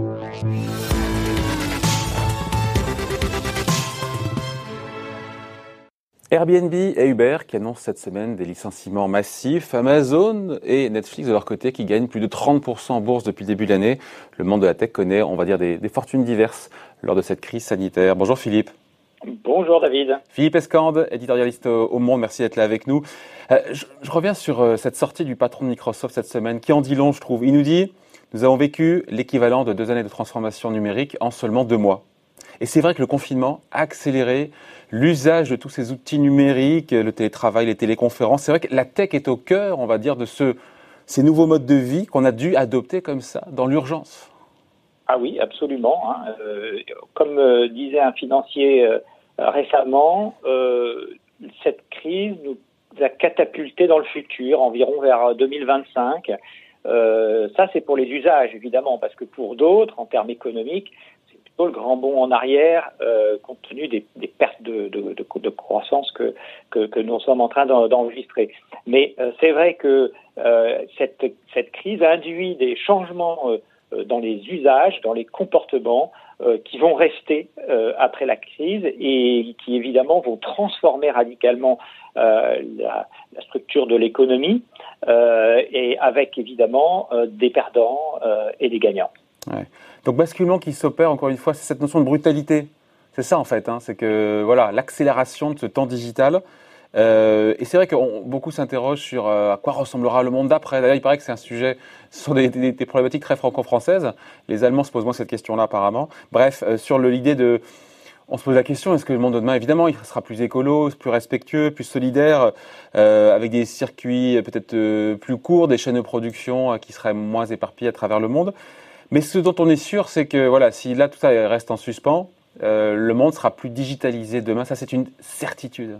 Airbnb et Uber qui annoncent cette semaine des licenciements massifs. Amazon et Netflix de leur côté qui gagnent plus de 30% en bourse depuis le début de l'année. Le monde de la tech connaît, on va dire, des fortunes diverses lors de cette crise sanitaire. Bonjour Philippe. Bonjour David. Philippe Escande, éditorialiste au Monde, merci d'être là avec nous. Je reviens sur cette sortie du patron de Microsoft cette semaine qui en dit long, je trouve. Il nous dit « Nous avons vécu l'équivalent de 2 années de transformation numérique en seulement 2 mois ». Et c'est vrai que le confinement a accéléré l'usage de tous ces outils numériques, le télétravail, les téléconférences. C'est vrai que la tech est au cœur, on va dire, de ces nouveaux modes de vie qu'on a dû adopter comme ça, dans l'urgence. Ah oui, absolument. Comme disait un financier récemment, cette crise nous a catapultés dans le futur, environ vers 2025. Ça, c'est pour les usages, évidemment, parce que pour d'autres, en termes économiques, le grand bond en arrière, compte tenu des pertes de croissance que nous sommes en train d'enregistrer. Mais c'est vrai que cette crise a induit des changements dans les usages, dans les comportements qui vont rester après la crise et qui évidemment vont transformer radicalement la structure de l'économie et avec évidemment des perdants et des gagnants. Ouais. Donc basculement qui s'opère, encore une fois, c'est cette notion de brutalité. C'est ça en fait, c'est que voilà, l'accélération de ce temps digital. Et c'est vrai que beaucoup s'interrogent sur à quoi ressemblera le monde d'après. D'ailleurs, il paraît que c'est un sujet, ce sont des problématiques très franco-françaises. Les Allemands se posent moins cette question-là apparemment. Bref, sur l'idée de... On se pose la question, est-ce que le monde de demain, évidemment, il sera plus écolo, plus respectueux, plus solidaire, avec des circuits peut-être plus courts, des chaînes de production qui seraient moins éparpillées à travers le monde. Mais ce dont on est sûr, c'est que voilà, si là tout ça reste en suspens, le monde sera plus digitalisé demain. Ça, c'est une certitude.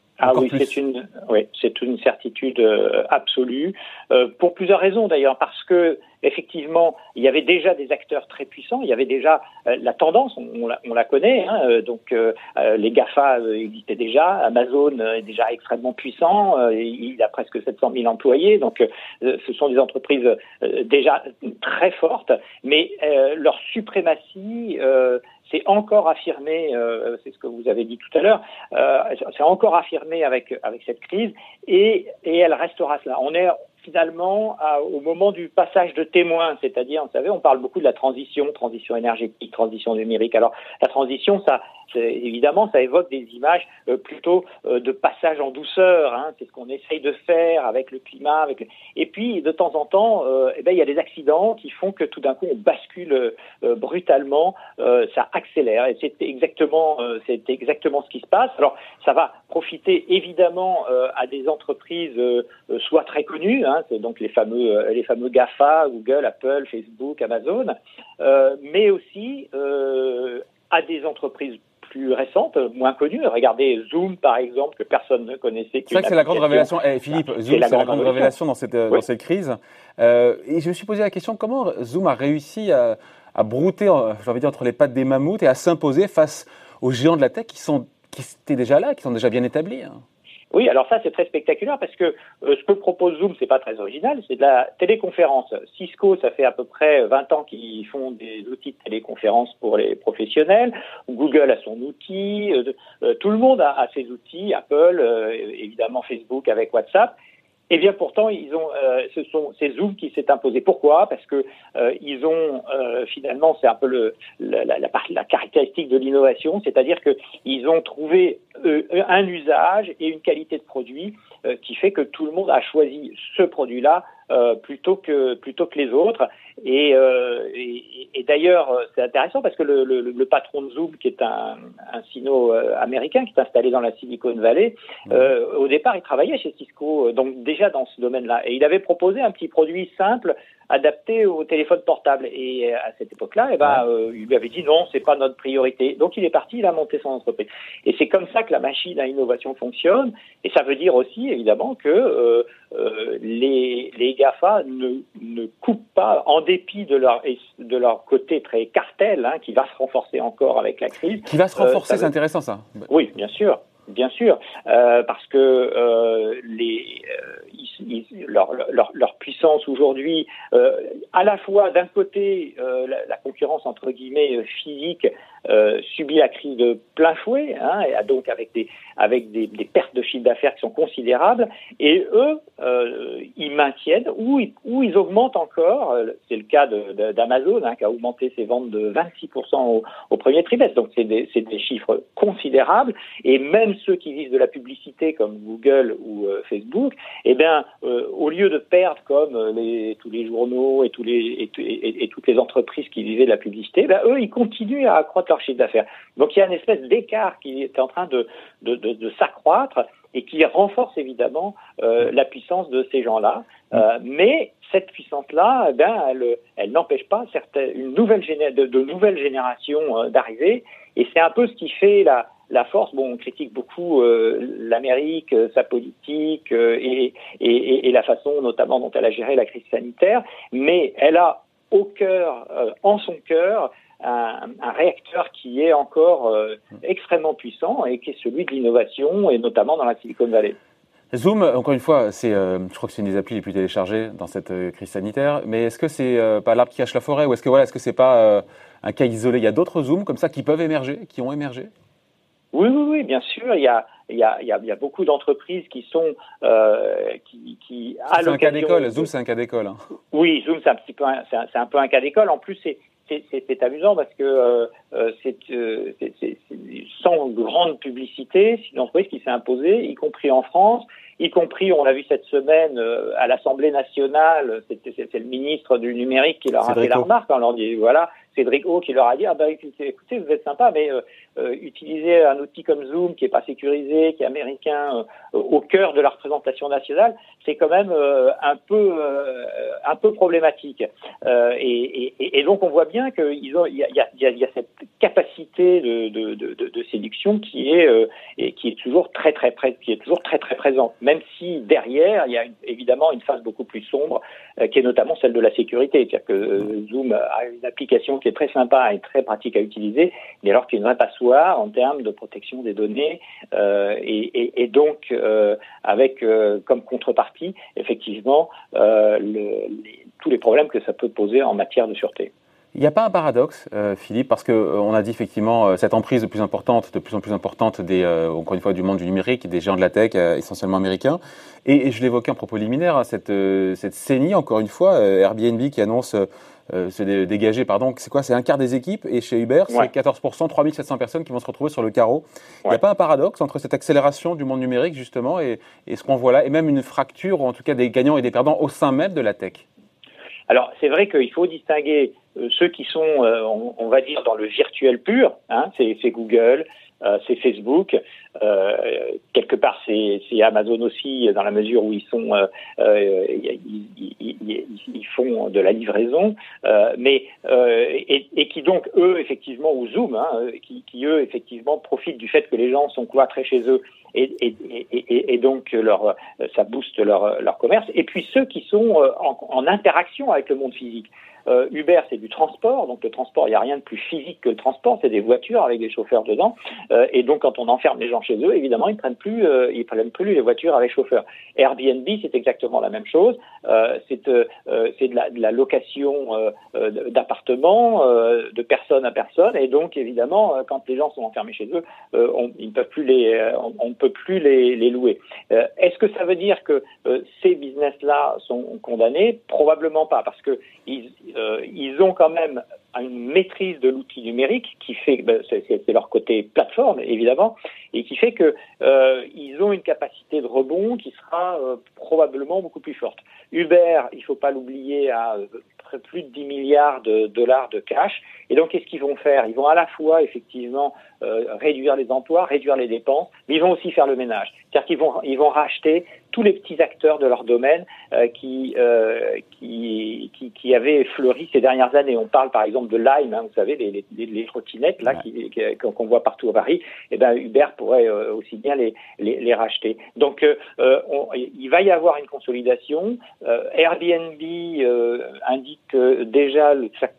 C'est une certitude absolue, pour plusieurs raisons d'ailleurs, parce que effectivement, il y avait déjà des acteurs très puissants, il y avait déjà la tendance, on la connaît, donc les GAFA existaient déjà, Amazon est déjà extrêmement puissant, il a presque 700 000 employés, donc ce sont des entreprises déjà très fortes, mais leur suprématie c'est encore affirmé, c'est ce que vous avez dit tout à l'heure, c'est encore affirmé avec cette crise et elle restera cela. On est finalement au moment du passage de témoin, c'est-à-dire, vous savez, on parle beaucoup de la transition énergétique, transition numérique. Alors la transition, évidemment, ça évoque des images plutôt de passage en douceur. C'est ce qu'on essaye de faire avec le climat. Et puis, de temps en temps, il y a des accidents qui font que tout d'un coup, on bascule brutalement. Ça accélère. Et c'est exactement ce qui se passe. Alors, ça va profiter évidemment à des entreprises soit très connues, c'est donc les fameux GAFA, Google, Apple, Facebook, Amazon, mais aussi à des entreprises plus récentes, moins connues. Regardez Zoom, par exemple, que personne ne connaissait. C'est vrai que c'est la grande révélation. Philippe, Zoom, c'est la grande révélation dans cette crise. Et je me suis posé la question, comment Zoom a réussi à brouter, j'ai envie de dire, entre les pattes des mammouths et à s'imposer face aux géants de la tech qui étaient déjà là, qui sont déjà bien établis. Oui, alors ça, c'est très spectaculaire parce que ce que propose Zoom, c'est pas très original, c'est de la téléconférence. Cisco, ça fait à peu près 20 ans qu'ils font des outils de téléconférence pour les professionnels. Google a son outil, tout le monde a ses outils, Apple, évidemment Facebook avec WhatsApp. Eh bien, pourtant, c'est Zoom qui s'est imposé. Pourquoi ? Parce que ils ont finalement, c'est un peu la caractéristique de l'innovation, c'est-à-dire que ils ont trouvé un usage et une qualité de produit qui fait que tout le monde a choisi ce produit-là plutôt que les autres. Et d'ailleurs, c'est intéressant parce que le patron de Zoom, qui est un sino-américain, qui est installé dans la Silicon Valley, au départ, il travaillait chez Cisco, donc déjà dans ce domaine-là. Et il avait proposé un petit produit simple, adapté au téléphone portable. Et à cette époque-là, il lui avait dit non, c'est pas notre priorité. Donc il est parti, il a monté son entreprise. Et c'est comme ça que la machine à innovation fonctionne. Et ça veut dire aussi, évidemment, que les GAFA ne coupent pas, en dépit de leur côté très cartel, qui va se renforcer encore avec la crise. Qui va se renforcer, c'est intéressant ça. Oui, bien sûr. Parce que leur puissance aujourd'hui, à la fois d'un côté la concurrence entre guillemets physique subit la crise de plein fouet, et donc avec des pertes de chiffre d'affaires qui sont considérables, et eux ils maintiennent ou ils augmentent encore. C'est le cas d'Amazon qui a augmenté ses ventes de 26% au premier trimestre, donc c'est des chiffres considérables, et même ceux qui visent de la publicité comme Google ou Facebook, au lieu de perdre comme tous les journaux et toutes les entreprises qui visaient de la publicité, eux ils continuent à accroître leur chiffre d'affaires. Donc il y a une espèce d'écart qui est en train de s'accroître et qui renforce évidemment la puissance de ces gens-là. Mais cette puissance-là, elle n'empêche pas de nouvelles générations d'arriver. Et c'est un peu ce qui fait la force. Bon, on critique beaucoup l'Amérique, sa politique et la façon notamment dont elle a géré la crise sanitaire, mais elle a au cœur, en son cœur, un réacteur qui est encore extrêmement puissant et qui est celui de l'innovation, et notamment dans la Silicon Valley. Zoom, encore une fois, je crois que c'est une des applis les plus téléchargées dans cette crise sanitaire, mais est-ce que c'est pas l'arbre qui cache la forêt, ou est-ce que c'est pas un cas isolé? Il y a d'autres Zoom comme ça qui peuvent émerger, qui ont émergé? Oui, bien sûr. Il y a beaucoup d'entreprises qui sont qui à l'occasion. C'est un cas d'école. Zoom, c'est un cas d'école. Oui, Zoom, c'est un peu un cas d'école. En plus, c'est amusant parce que c'est sans grande publicité, c'est une entreprise qui s'est imposée, y compris en France, y compris, on l'a vu cette semaine à l'Assemblée nationale, c'est le ministre du numérique qui leur a fait la remarque, on leur dit voilà, Cédric O qui leur a dit écoutez, vous êtes sympa, mais utilisez un outil comme Zoom qui est pas sécurisé, qui est américain, au cœur de la représentation nationale, c'est quand même un peu problématique. Et donc on voit bien qu'il y a cette capacité de séduction qui est toujours très présente, même si derrière il y a évidemment une phase beaucoup plus sombre qui est notamment celle de la sécurité. C'est-à-dire que Zoom a une application qui est très sympa et très pratique à utiliser, mais alors qu'il y a une vraie passoire en termes de protection des données et donc avec comme contrepartie effectivement tous les problèmes que ça peut poser en matière de sûreté. Il n'y a pas un paradoxe, Philippe, parce qu'on a dit effectivement cette emprise de plus en plus importante encore une fois, du monde du numérique, des géants de la tech, essentiellement américains. Et je l'évoquais en propos liminaire, cette CENI, encore une fois, Airbnb qui annonce se dégager, c'est quoi? C'est un quart des équipes, et chez Uber, c'est 14%, 3700 personnes qui vont se retrouver sur le carreau. Il n'y a pas un paradoxe entre cette accélération du monde numérique, justement, et ce qu'on voit là, et même une fracture, ou en tout cas des gagnants et des perdants au sein même de la tech? Alors, c'est vrai qu'il faut distinguer ceux qui sont, on va dire, dans le virtuel pur, c'est Google, c'est Facebook, quelque part c'est Amazon aussi, dans la mesure où ils font de la livraison, mais et qui donc eux effectivement, ou Zoom, qui eux effectivement profitent du fait que les gens sont cloîtrés chez eux et donc ça booste leur commerce. Et puis ceux qui sont en interaction avec le monde physique. Uber, c'est du transport, donc le transport, il n'y a rien de plus physique que le transport, c'est des voitures avec des chauffeurs dedans, et donc quand on enferme les gens chez eux, évidemment, ils prennent plus les voitures avec chauffeur. Airbnb, c'est exactement la même chose, c'est de la location d'appartements, de personne à personne, et donc évidemment, quand les gens sont enfermés chez eux, on ne peut plus les louer. Est-ce que ça veut dire que ces business-là sont condamnés? Probablement pas, parce que ils ont quand même une maîtrise de l'outil numérique qui fait, c'est leur côté plateforme évidemment, et qui fait que ils ont une capacité de rebond qui sera probablement beaucoup plus forte. Uber, il faut pas l'oublier, a plus de 10 milliards de dollars de cash, et donc qu'est-ce qu'ils vont faire? Ils vont à la fois effectivement réduire les emplois, réduire les dépenses, mais ils vont aussi faire le ménage. C'est-à-dire qu'ils vont racheter tous les petits acteurs de leur domaine qui avaient fleuri ces dernières années. On parle par exemple de Lime, vous savez, les trottinettes là qu'on voit partout à Paris. Et Uber pourrait aussi bien les racheter. Donc il va y avoir une consolidation. Airbnb indique que déjà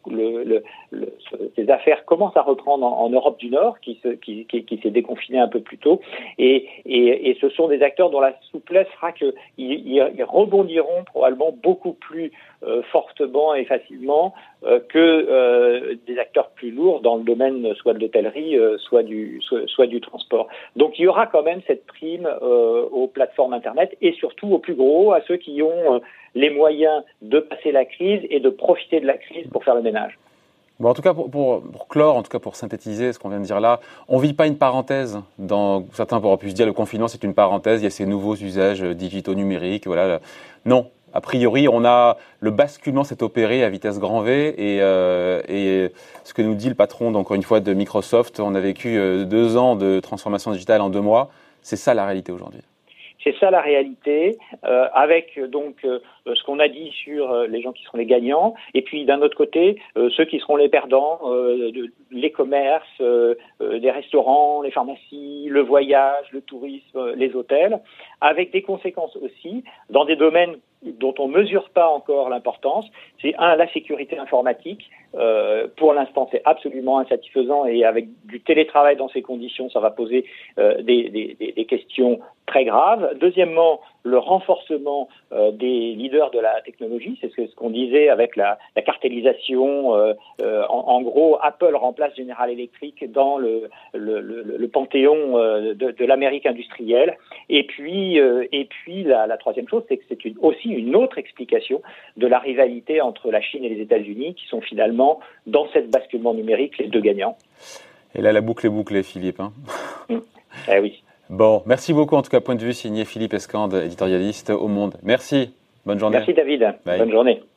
ces affaires commencent à reprendre en Europe du Nord, qui s'est déconfiné un peu plus tôt, et ce sont des acteurs dont la souplesse fera qu'ils rebondiront probablement beaucoup plus fortement et facilement que des acteurs plus lourds dans le domaine soit de l'hôtellerie, soit du transport. Donc il y aura quand même cette prime aux plateformes Internet et surtout aux plus gros, à ceux qui ont les moyens de passer la crise et de profiter de la crise pour faire le ménage. Bon, en tout cas, pour clore, en tout cas pour synthétiser ce qu'on vient de dire là, on vit pas une parenthèse. Certains pourraient plus dire le confinement, c'est une parenthèse. Il y a ces nouveaux usages digitaux numériques. Voilà. Non, a priori, le basculement s'est opéré à vitesse grand V et ce que nous dit le patron, encore une fois, de Microsoft, on a vécu 2 ans de transformation digitale en 2 mois. C'est ça la réalité aujourd'hui. C'est ça la réalité, avec donc ce qu'on a dit sur les gens qui seront les gagnants, et puis d'un autre côté, ceux qui seront les perdants, les commerces, les restaurants, les pharmacies, le voyage, le tourisme, les hôtels, avec des conséquences aussi dans des domaines dont on ne mesure pas encore l'importance. C'est la sécurité informatique. Pour l'instant, c'est absolument insatisfaisant et avec du télétravail dans ces conditions, ça va poser des questions très graves. Deuxièmement, le renforcement des leaders de la technologie, c'est ce qu'on disait avec la cartélisation. En gros, Apple remplace General Electric dans le panthéon de l'Amérique industrielle. Et puis la troisième chose, c'est que c'est aussi une autre explication de la rivalité entre la Chine et les États-Unis, qui sont finalement, dans cette basculement numérique, les deux gagnants. Et là, la boucle est bouclée, Philippe. Eh oui. Bon, merci beaucoup. En tout cas, point de vue signé Philippe Escande, éditorialiste au Monde. Merci. Bonne journée. Merci David. Bye. Bonne journée.